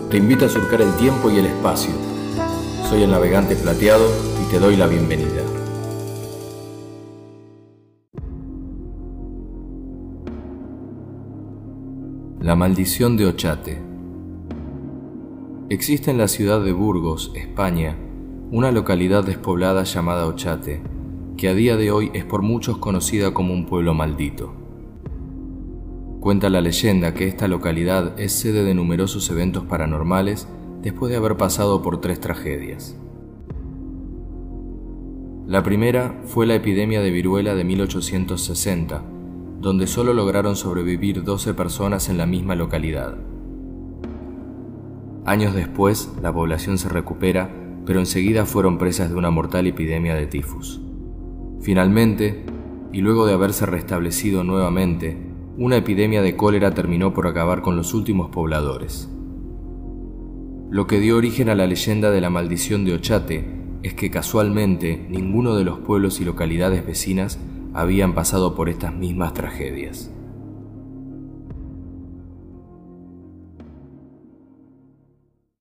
te invita a surcar el tiempo y el espacio. Soy el navegante plateado y te doy la bienvenida. La maldición de Ochate. Existe en la ciudad de Burgos, España, una localidad despoblada llamada Ochate, que a día de hoy es por muchos conocida como un pueblo maldito. Cuenta la leyenda que esta localidad es sede de numerosos eventos paranormales después de haber pasado por 3 tragedias. La primera fue la epidemia de viruela de 1860, donde solo lograron sobrevivir 12 personas en la misma localidad. Años después, la población se recupera, pero enseguida fueron presas de una mortal epidemia de tifus. Finalmente, y luego de haberse restablecido nuevamente, una epidemia de cólera terminó por acabar con los últimos pobladores. Lo que dio origen a la leyenda de la maldición de Ochate es que casualmente ninguno de los pueblos y localidades vecinas habían pasado por estas mismas tragedias.